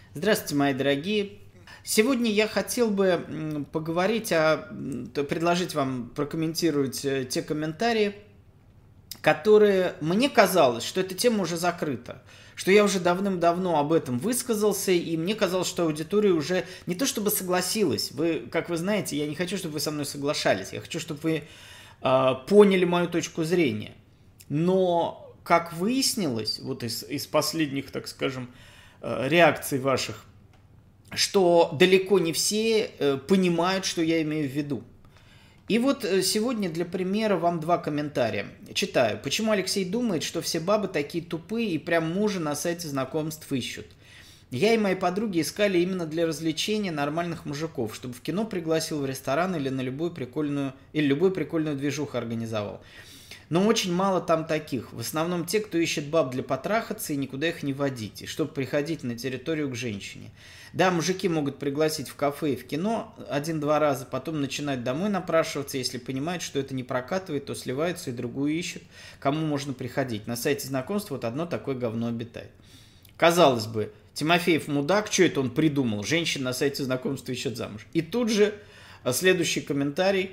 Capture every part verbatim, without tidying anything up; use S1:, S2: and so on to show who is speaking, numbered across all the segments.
S1: Здравствуйте, мои дорогие. Сегодня я хотел бы поговорить о, предложить вам прокомментировать э, те комментарии, которые мне казалось, что эта тема уже закрыта, что я уже давным-давно об этом высказался, и мне казалось, что аудитория уже не то чтобы согласилась. Вы, как вы знаете, я не хочу, чтобы вы со мной соглашались, я хочу, чтобы вы э, поняли мою точку зрения. Но, как выяснилось, вот из, из последних, так скажем, э, реакций ваших, что далеко не все э, понимают, что я имею в виду. И вот э, сегодня для примера вам два комментария. Читаю. Почему Алексей думает, что все бабы такие тупые и прям мужа на сайте знакомств ищут? Я и мои подруги искали именно для развлечения нормальных мужиков, чтобы в кино пригласил, в ресторан или на любую прикольную, или любую прикольную движуху организовал. Но очень мало там таких. В основном те, кто ищет баб для потрахаться и никуда их не водить, и чтобы приходить на территорию к женщине. Да, мужики могут пригласить в кафе и в кино один-два раза, потом начинать домой напрашиваться, если понимают, что это не прокатывает, то сливаются и другую ищут, кому можно приходить. На сайте знакомств вот одно такое говно обитает. Казалось бы, Тимофеев мудак, что это он придумал? Женщин на сайте знакомств ищут замуж. И тут же следующий комментарий.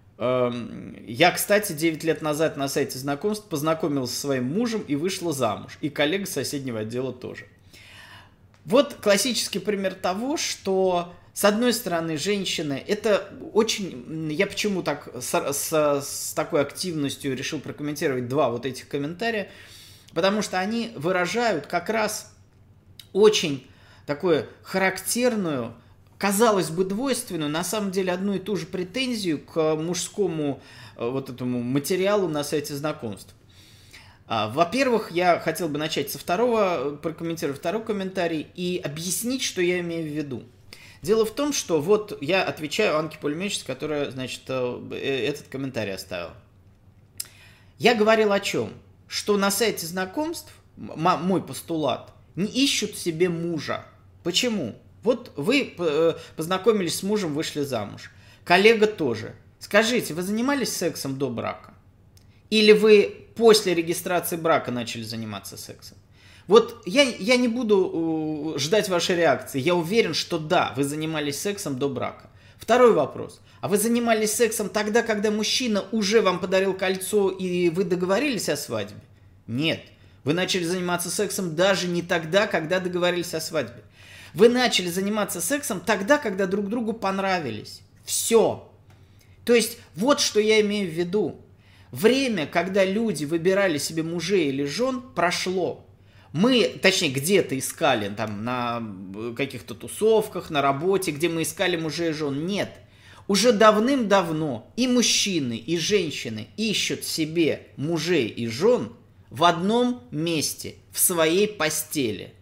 S1: Я, кстати, девять лет назад на сайте знакомств познакомился со своим мужем и вышла замуж. И коллега соседнего отдела тоже. Вот классический пример того, что, с одной стороны, женщины, это очень... Я почему так с, с, с такой активностью решил прокомментировать два вот этих комментария, потому что они выражают как раз очень такую характерную, казалось бы, двойственную, на самом деле одну и ту же претензию к мужскому вот этому материалу на сайте знакомств. Во-первых, я хотел бы начать со второго, прокомментировать второй комментарий и объяснить, что я имею в виду. Дело в том, что вот я отвечаю Анке Пулеметчице, которая, значит, этот комментарий оставила. Я говорил о чем? Что на сайте знакомств, мой постулат, не ищут себе мужа. Почему? Вот вы познакомились с мужем, вышли замуж. Коллега тоже. Скажите, вы занимались сексом до брака? Или вы после регистрации брака начали заниматься сексом? Вот я, я не буду ждать вашей реакции. Я уверен, что да, вы занимались сексом до брака. Второй вопрос. А вы занимались сексом тогда, когда мужчина уже вам подарил кольцо и вы договорились о свадьбе? Нет. Вы начали заниматься сексом даже не тогда, когда договорились о свадьбе. Вы начали заниматься сексом тогда, когда друг другу понравились. Все. То есть вот что я имею в виду. Время, когда люди выбирали себе мужей или жен, прошло. Мы, точнее, где-то искали, там, на каких-то тусовках, на работе, где мы искали мужей и жен. Нет. Уже давным-давно и мужчины, и женщины ищут себе мужей и жен в одном месте, в своей постели.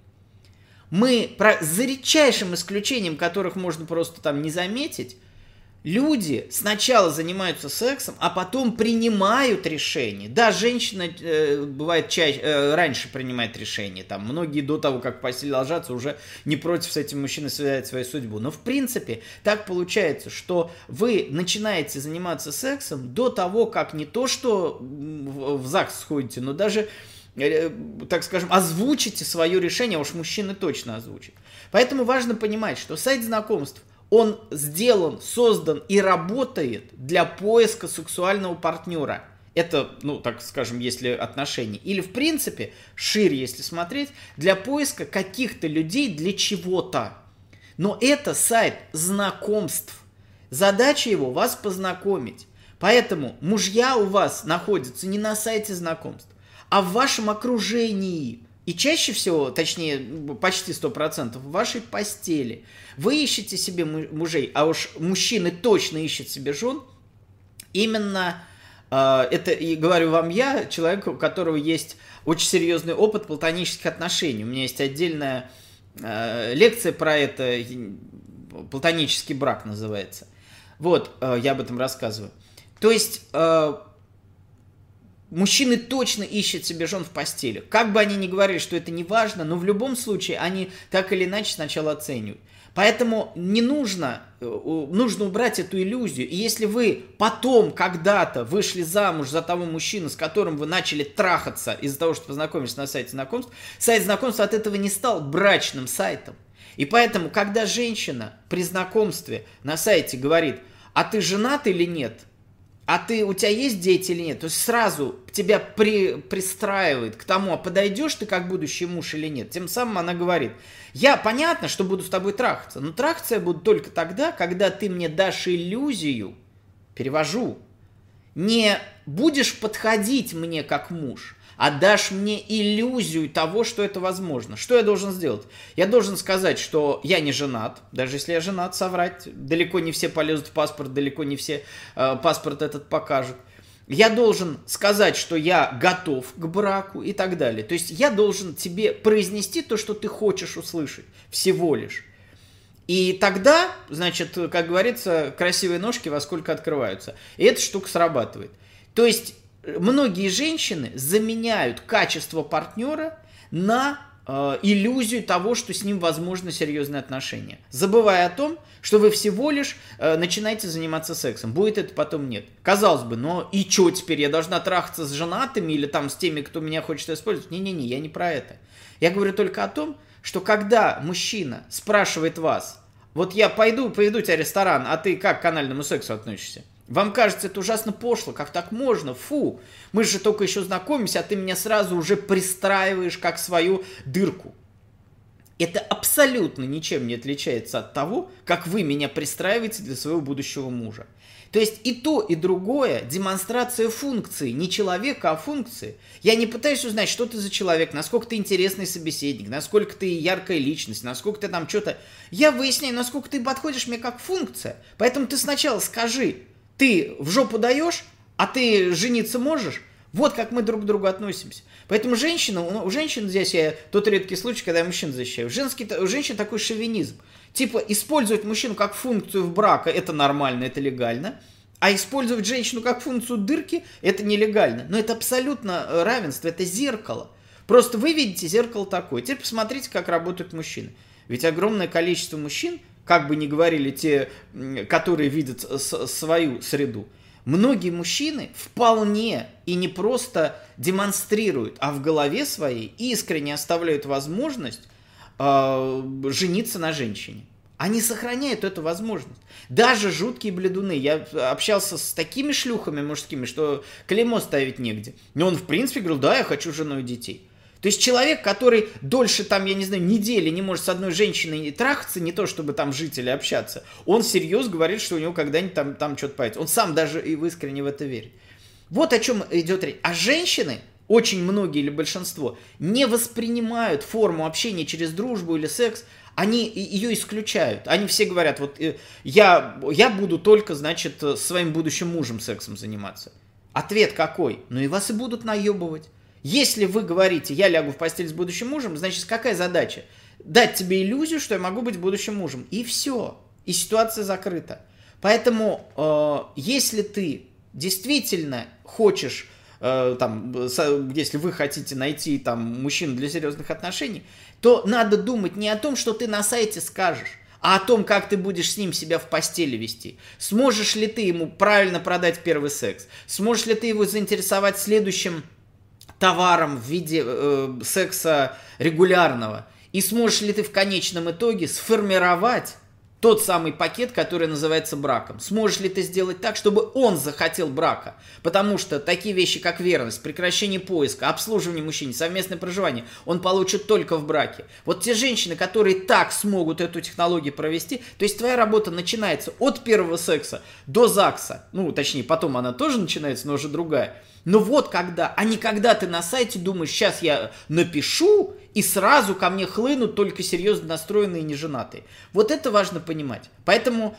S1: Мы, за редчайшим исключением, которых можно просто там не заметить, люди сначала занимаются сексом, а потом принимают решение. Да, женщина э, бывает чаще, э, раньше принимает решение. Там, многие до того, как в постели ложатся, уже не против с этим мужчиной связать свою судьбу. Но в принципе так получается, что вы начинаете заниматься сексом до того, как не то, что в ЗАГС сходите, но даже, так скажем, озвучите свое решение, а уж мужчины точно озвучат. Поэтому важно понимать, что сайт знакомств, он сделан, создан и работает для поиска сексуального партнера. Это, ну, так скажем, если отношения. Или, в принципе, шире, если смотреть, для поиска каких-то людей для чего-то. Но это сайт знакомств. Задача его вас познакомить. Поэтому мужья у вас находятся не на сайте знакомств, а в вашем окружении. И чаще всего, точнее, почти сто процентов в вашей постели. Вы ищете себе мужей, а уж мужчины точно ищут себе жен. Именно э, это, и говорю вам я, человек, у которого есть очень серьезный опыт платонических отношений. У меня есть отдельная э, лекция про это, платонический брак называется. Вот, э, я об этом рассказываю. То есть... Э, Мужчины точно ищут себе жен в постели. Как бы они ни говорили, что это не важно, но в любом случае они так или иначе сначала оценивают. Поэтому не нужно, нужно убрать эту иллюзию. И если вы потом когда-то вышли замуж за того мужчину, с которым вы начали трахаться из-за того, что познакомились на сайте знакомств, сайт знакомств от этого не стал брачным сайтом. И поэтому, когда женщина при знакомстве на сайте говорит, а ты женат или нет, а ты, у тебя есть дети или нет, то есть сразу тебя при, пристраивает к тому, а подойдешь ты как будущий муж или нет. Тем самым она говорит, я понятно, что буду с тобой трахаться, но трахаться я буду только тогда, когда ты мне дашь иллюзию, перевожу, не будешь подходить мне как муж, а дашь мне иллюзию того, что это возможно. Что я должен сделать? Я должен сказать, что я не женат, даже если я женат, соврать. Далеко не все полезут в паспорт, далеко не все э, паспорт этот покажут. Я должен сказать, что я готов к браку и так далее. То есть я должен тебе произнести то, что ты хочешь услышать, всего лишь. И тогда, значит, как говорится, красивые ножки во сколько открываются. И эта штука срабатывает. То есть многие женщины заменяют качество партнера на э, иллюзию того, что с ним возможны серьезные отношения, забывая о том, что вы всего лишь э, начинаете заниматься сексом. Будет это потом нет. Казалось бы, но и что теперь? Я должна трахаться с женатыми или там с теми, кто меня хочет использовать? Не-не-не, я не про это. Я говорю только о том, что когда мужчина спрашивает вас, вот я пойду, поведу тебя в ресторан, а ты как к анальному сексу относишься? Вам кажется, это ужасно пошло, как так можно? Фу, мы же только еще знакомимся, а ты меня сразу уже пристраиваешь как свою дырку. Это абсолютно ничем не отличается от того, как вы меня пристраиваете для своего будущего мужа. То есть и то, и другое демонстрация функции, не человека, а функции. Я не пытаюсь узнать, что ты за человек, насколько ты интересный собеседник, насколько ты яркая личность, насколько ты там что-то... Я выясняю, насколько ты подходишь мне как функция. Поэтому ты сначала скажи, ты в жопу даешь, а ты жениться можешь? Вот как мы друг к другу относимся. Поэтому женщина, у женщин здесь, я тот редкий случай, когда я мужчин защищаю, женский, у женщин такой шовинизм. Типа использовать мужчину как функцию в брака, это нормально, это легально. А использовать женщину как функцию дырки, это нелегально. Но это абсолютно равенство, это зеркало. Просто вы видите зеркало такое. Теперь посмотрите, как работают мужчины. Ведь огромное количество мужчин, как бы ни говорили те, которые видят свою среду, многие мужчины вполне и не просто демонстрируют, а в голове своей искренне оставляют возможность э, жениться на женщине. Они сохраняют эту возможность. Даже жуткие блядуны. Я общался с такими шлюхами мужскими, что клеймо ставить негде. Но он в принципе говорил, да, я хочу жену и детей. То есть человек, который дольше, там, я не знаю, недели не может с одной женщиной трахаться, не то чтобы там жить или общаться, он всерьез говорит, что у него когда-нибудь там, там что-то появится. Он сам даже и искренне в это верит. Вот о чем идет речь. А женщины, очень многие или большинство, не воспринимают форму общения через дружбу или секс, они ее исключают. Они все говорят, вот я, я буду только, значит, с своим будущим мужем сексом заниматься. Ответ какой? Ну и вас и будут наебывать. Если вы говорите, я лягу в постель с будущим мужем, значит, какая задача? Дать тебе иллюзию, что я могу быть будущим мужем. И все. И ситуация закрыта. Поэтому, э, если ты действительно хочешь, э, там, если вы хотите найти там, мужчину для серьезных отношений, то надо думать не о том, что ты на сайте скажешь, а о том, как ты будешь с ним себя в постели вести. Сможешь ли ты ему правильно продать первый секс? Сможешь ли ты его заинтересовать следующим товаром в виде э, секса регулярного? И сможешь ли ты в конечном итоге сформировать тот самый пакет, который называется браком? Сможешь ли ты сделать так, чтобы он захотел брака? Потому что такие вещи, как верность, прекращение поиска, обслуживание мужчины, совместное проживание, он получит только в браке. Вот те женщины, которые так смогут эту технологию провести, то есть твоя работа начинается от первого секса до ЗАГСа, ну, точнее, потом она тоже начинается, но уже другая. Но вот когда, а не когда ты на сайте думаешь, сейчас я напишу, и сразу ко мне хлынут только серьезно настроенные неженатые. Вот это важно понимать. Поэтому,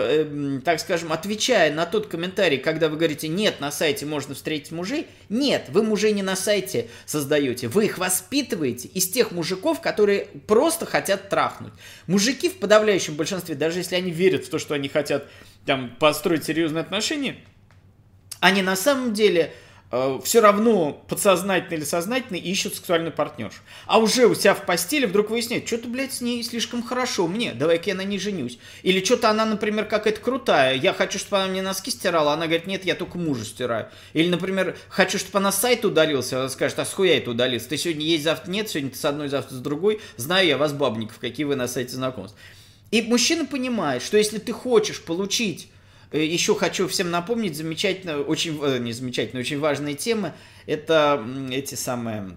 S1: э, э, так скажем, отвечая на тот комментарий, когда вы говорите, нет, на сайте можно встретить мужей, нет, вы мужей не на сайте создаете, вы их воспитываете из тех мужиков, которые просто хотят трахнуть. Мужики в подавляющем большинстве, даже если они верят в то, что они хотят там, построить серьезные отношения, они на самом деле все равно подсознательно или сознательно ищут сексуальный партнершу. А уже у себя в постели вдруг выясняют, что-то, блядь, с ней слишком хорошо мне, давай-ка я на ней женюсь. Или что-то она, например, какая-то крутая, я хочу, чтобы она мне носки стирала, она говорит, нет, я только мужу стираю. Или, например, хочу, чтобы она с сайта удалился, она скажет, а с хуя это удалился? Ты сегодня есть, завтра нет, сегодня ты с одной, завтра с другой, знаю я вас, бабников, какие вы на сайте знакомств. И мужчина понимает, что если ты хочешь получить, еще хочу всем напомнить, замечательно, очень, не замечательно, очень важные темы, это эти самые,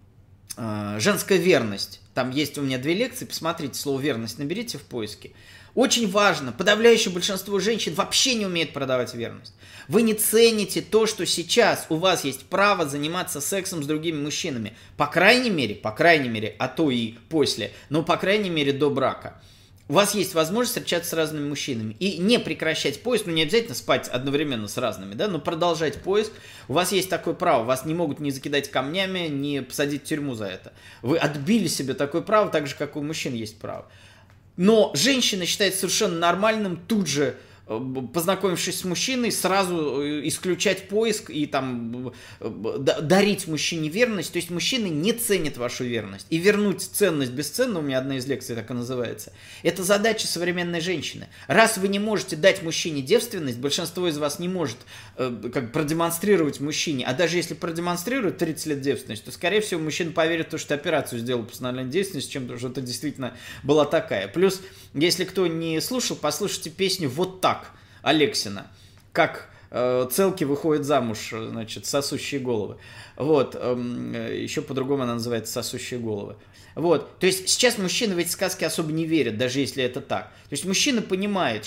S1: э, женская верность. Там есть у меня две лекции, посмотрите, слово верность наберите в поиске. Очень важно, подавляющее большинство женщин вообще не умеет продавать верность. Вы не цените то, что сейчас у вас есть право заниматься сексом с другими мужчинами. По крайней мере, по крайней мере, а то и после, но по крайней мере до брака. У вас есть возможность встречаться с разными мужчинами и не прекращать поиск, ну не обязательно спать одновременно с разными, да, но продолжать поиск. У вас есть такое право, вас не могут ни закидать камнями, ни посадить в тюрьму за это. Вы отбили себе такое право, так же, как у мужчин есть право. Но женщина считает совершенно нормальным тут же, познакомившись с мужчиной, сразу исключать поиск и там дарить мужчине верность. То есть мужчины не ценят вашу верность. И вернуть ценность бесценно, у меня одна из лекций так и называется, это задача современной женщины. Раз вы не можете дать мужчине девственность, большинство из вас не может как продемонстрировать мужчине, а даже если продемонстрирует тридцать лет девственность, то скорее всего мужчина поверит в то, что операцию сделал по установлению девственности, чем то, что это действительно была такая. Плюс, если кто не слушал, послушайте песню «Вот так» Алексина, как э, целки выходят замуж, значит, сосущие головы. Вот, э, еще по-другому она называется «Сосущие головы». Вот, то есть сейчас мужчины в эти сказки особо не верят, даже если это так. То есть мужчина понимает,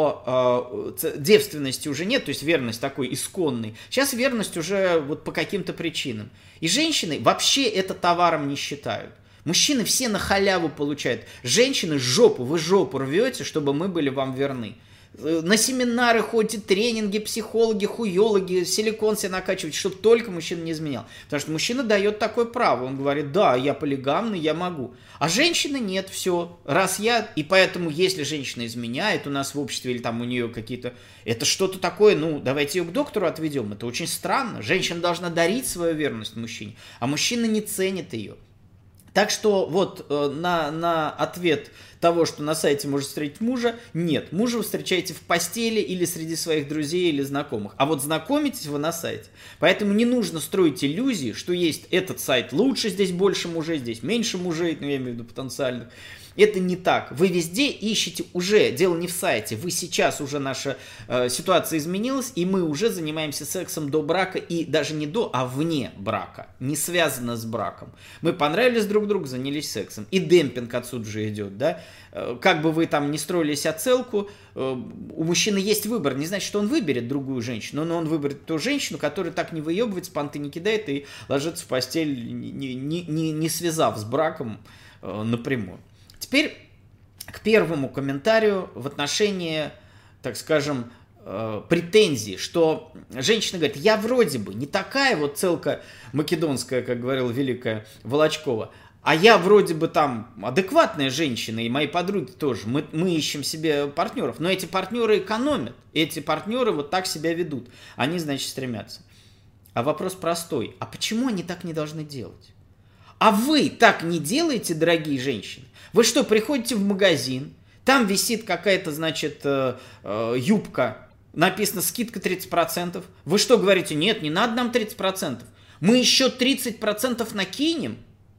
S1: что э, девственности уже нет, то есть верность такой исконной. Сейчас верность уже вот по каким-то причинам. И женщины вообще это товаром не считают. Мужчины все на халяву получают. Женщины жопу, вы жопу рвете, чтобы мы были вам верны. На семинары ходите, тренинги, психологи, хуёлоги, силикон себе накачивать, чтобы только мужчина не изменял. Потому что мужчина дает такое право. Он говорит, да, я полигамный, я могу. А женщина нет, все. Раз я... И поэтому, если женщина изменяет у нас в обществе или там у нее какие-то... Это что-то такое, ну, давайте ее к доктору отведем. Это очень странно. Женщина должна дарить свою верность мужчине, а мужчина не ценит ее. Так что вот на, на ответ того, что на сайте можно встретить мужа, нет. Мужа вы встречаете в постели или среди своих друзей или знакомых. А вот знакомитесь вы на сайте. Поэтому не нужно строить иллюзии, что есть этот сайт лучше, здесь больше мужей, здесь меньше мужей, ну я имею в виду потенциальных. Это не так. Вы везде ищете уже, дело не в сайте, вы сейчас уже, наша э, ситуация изменилась, и мы уже занимаемся сексом до брака, и даже не до, а вне брака, не связано с браком. Мы понравились друг другу, занялись сексом. И демпинг отсюда же идет, да. Э, как бы вы там ни строили оцелку, э, у мужчины есть выбор, не значит, что он выберет другую женщину, но он выберет ту женщину, которая так не выебывается, понты не кидает и ложится в постель, не, не, не, не связав с браком э, напрямую. Теперь к первому комментарию в отношении, так скажем, э, претензий, что женщина говорит, я вроде бы не такая вот целка македонская, как говорила великая Волочкова, а я вроде бы там адекватная женщина, и мои подруги тоже, мы, мы ищем себе партнеров, но эти партнеры экономят, эти партнеры вот так себя ведут, они, значит, стремятся. А вопрос простой, а почему они так не должны делать? А вы так не делаете, дорогие женщины? Вы что, приходите в магазин, там висит какая-то, значит, э, э, юбка, написано скидка тридцать процентов. Вы что, говорите, нет, не надо нам тридцать процентов, мы еще тридцать процентов накинем?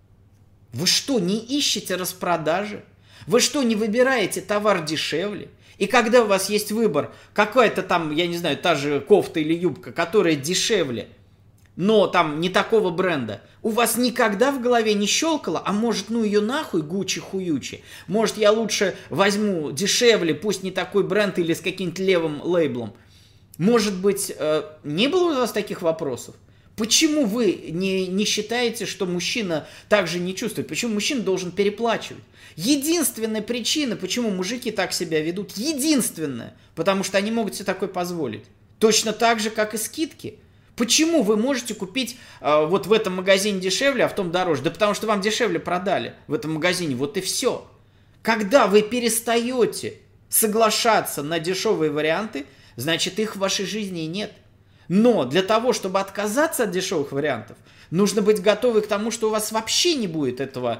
S1: Вы что, не ищете распродажи? Вы что, не выбираете товар дешевле? И когда у вас есть выбор, какая-то там, я не знаю, та же кофта или юбка, которая дешевле, но там не такого бренда, у вас никогда в голове не щелкало, а может, ну ее нахуй, Гуччи-хуючи, может, я лучше возьму дешевле, пусть не такой бренд или с каким-то левым лейблом. Может быть, не было у вас таких вопросов? Почему вы не, не считаете, что мужчина также не чувствует? Почему мужчина должен переплачивать? Единственная причина, почему мужики так себя ведут, единственная, потому что они могут себе такое позволить. Точно так же, как и скидки. Почему вы можете купить э, вот в этом магазине дешевле, а в том дороже? Да потому что вам дешевле продали в этом магазине, вот и все. Когда вы перестаете соглашаться на дешевые варианты, значит их в вашей жизни и нет. Но для того, чтобы отказаться от дешевых вариантов, нужно быть готовы к тому, что у вас вообще не будет этого,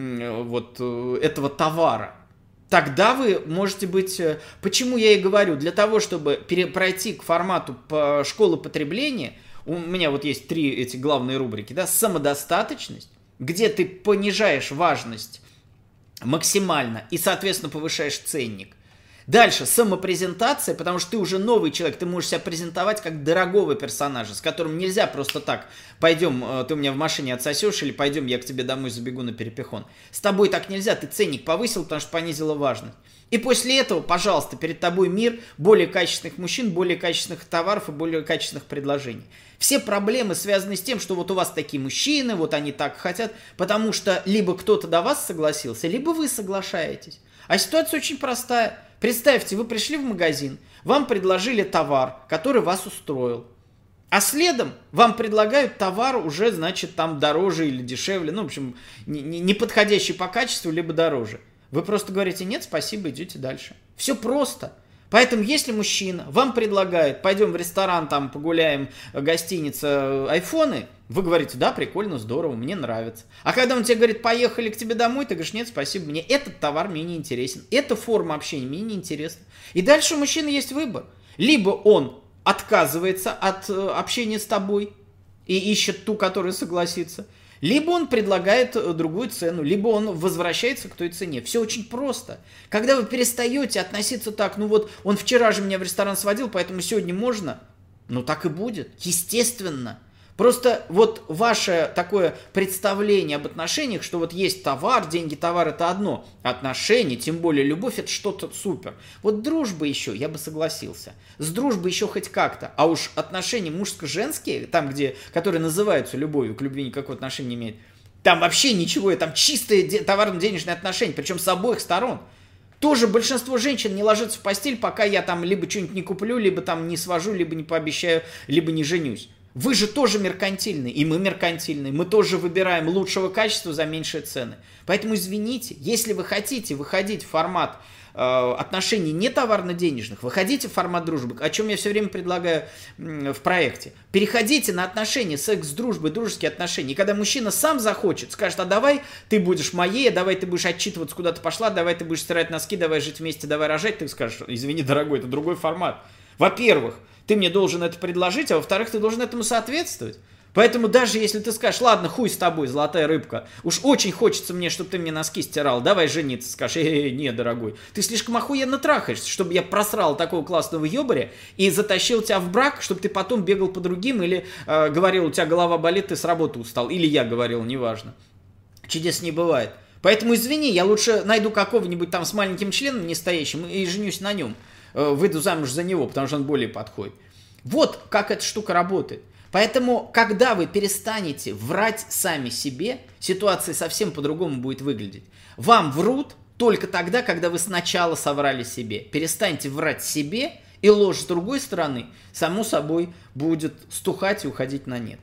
S1: вот, этого товара. Тогда вы можете быть... Почему я и говорю, для того, чтобы пройти к формату школы потребления, у меня вот есть три эти главные рубрики, да, самодостаточность, где ты понижаешь важность максимально и, соответственно, повышаешь ценник. Дальше самопрезентация, потому что ты уже новый человек, ты можешь себя презентовать как дорогого персонажа, с которым нельзя просто так, пойдем, ты у меня в машине отсосешь, или пойдем, я к тебе домой забегу на перепихон. С тобой так нельзя, ты ценник повысил, потому что понизила важность. И после этого, пожалуйста, перед тобой мир более качественных мужчин, более качественных товаров и более качественных предложений. Все проблемы связаны с тем, что вот у вас такие мужчины, вот они так хотят, потому что либо кто-то до вас согласился, либо вы соглашаетесь. А ситуация очень простая. Представьте, вы пришли в магазин, вам предложили товар, который вас устроил. А следом вам предлагают товар уже, значит, там дороже или дешевле, ну, в общем, не подходящий по качеству, либо дороже. Вы просто говорите, нет, спасибо, идете дальше. Все просто. Поэтому, если мужчина вам предлагает, пойдем в ресторан, там погуляем, гостиница, айфоны, вы говорите, да, прикольно, здорово, мне нравится. А когда он тебе говорит, поехали к тебе домой, ты говоришь, нет, спасибо, мне этот товар мне не интересен, эта форма общения мне не интересна. И дальше у мужчины есть выбор. Либо он отказывается от общения с тобой и ищет ту, которая согласится, либо он предлагает другую цену, либо он возвращается к той цене. Все очень просто. Когда вы перестаете относиться так, ну вот он вчера же меня в ресторан сводил, поэтому сегодня можно, ну так и будет, естественно. Просто вот ваше такое представление об отношениях, что вот есть товар, деньги, товар это одно, отношения, тем более любовь это что-то супер. Вот дружба еще, я бы согласился. С дружбой еще хоть как-то, а уж отношения мужско-женские, там где, которые называются любовью, к любви никакого отношения не имеют, там вообще ничего, там чистые товарно-денежные отношения, причем с обоих сторон. Тоже большинство женщин не ложится в постель, пока я там либо что-нибудь не куплю, либо там не свожу, либо не пообещаю, либо не женюсь. Вы же тоже меркантильны, и мы меркантильны. Мы тоже выбираем лучшего качества за меньшие цены. Поэтому извините, если вы хотите выходить в формат э, отношений не товарно-денежных, выходите в формат дружбы, о чем я все время предлагаю э, в проекте. Переходите на отношения, секс, дружбы, дружеские отношения. И когда мужчина сам захочет, скажет, а давай ты будешь моей, а давай ты будешь отчитываться, куда ты пошла, давай ты будешь стирать носки, давай жить вместе, давай рожать, ты скажешь, извини, дорогой, это другой формат. Во-первых, ты мне должен это предложить, а во-вторых, ты должен этому соответствовать. Поэтому даже если ты скажешь, ладно, хуй с тобой, золотая рыбка, уж очень хочется мне, чтобы ты мне носки стирал, давай жениться, скажешь, эй, не, дорогой, ты слишком охуенно трахаешься, чтобы я просрал такого классного ёбаря и затащил тебя в брак, чтобы ты потом бегал по другим или э, говорил, у тебя голова болит, ты с работы устал, или я говорил, неважно. Чудес не бывает. Поэтому извини, я лучше найду какого-нибудь там с маленьким членом не стоящим и женюсь на нем. Выйду замуж за него, потому что он более подходит. Вот как эта штука работает. Поэтому, когда вы перестанете врать сами себе, ситуация совсем по-другому будет выглядеть. Вам врут только тогда, когда вы сначала соврали себе. Перестаньте врать себе, и ложь с другой стороны, само собой, будет стухать и уходить на нет.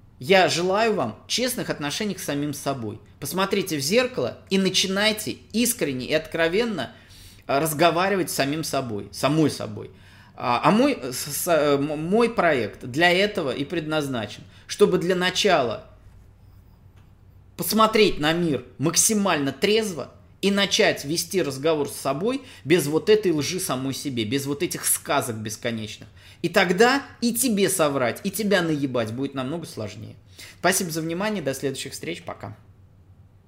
S1: Я желаю вам честных отношений с самим собой. Посмотрите в зеркало и начинайте искренне и откровенно разговаривать с самим собой, самой собой. А мой, с, мой проект для этого и предназначен, чтобы для начала посмотреть на мир максимально трезво и начать вести разговор с собой без вот этой лжи самой себе, без вот этих сказок бесконечных. И тогда и тебе соврать, и тебя наебать будет намного сложнее. Спасибо за внимание, до следующих встреч, пока.